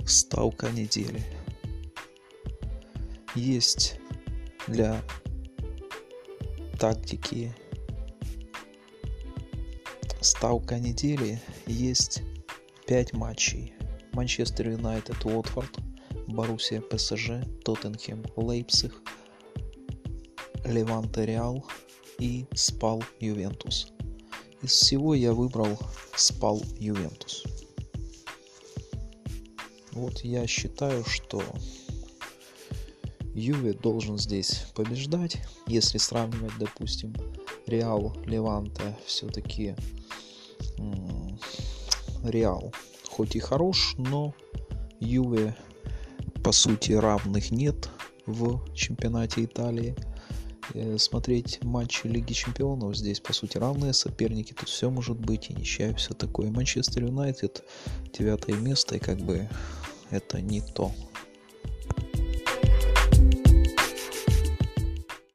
Ставка недели. Есть для тактики ставка недели, есть 5 матчей. Манчестер Юнайтед, Уотфорд, Боруссия, ПСЖ, Тоттенхэм, Лейпциг, Леванте, Реал и Спал, Ювентус. Из всего я выбрал Спал, Ювентус. Вот я считаю, что Юве должен здесь побеждать. Если сравнивать, допустим, Реал, Леванте, все-таки Реал хоть и хорош, но Юве по сути равных нет в чемпионате Италии. Смотреть матчи Лиги Чемпионов, здесь по сути равные соперники, тут все может быть, и ничья, и все такое. Манчестер Юнайтед 9 место, и как бы это не то.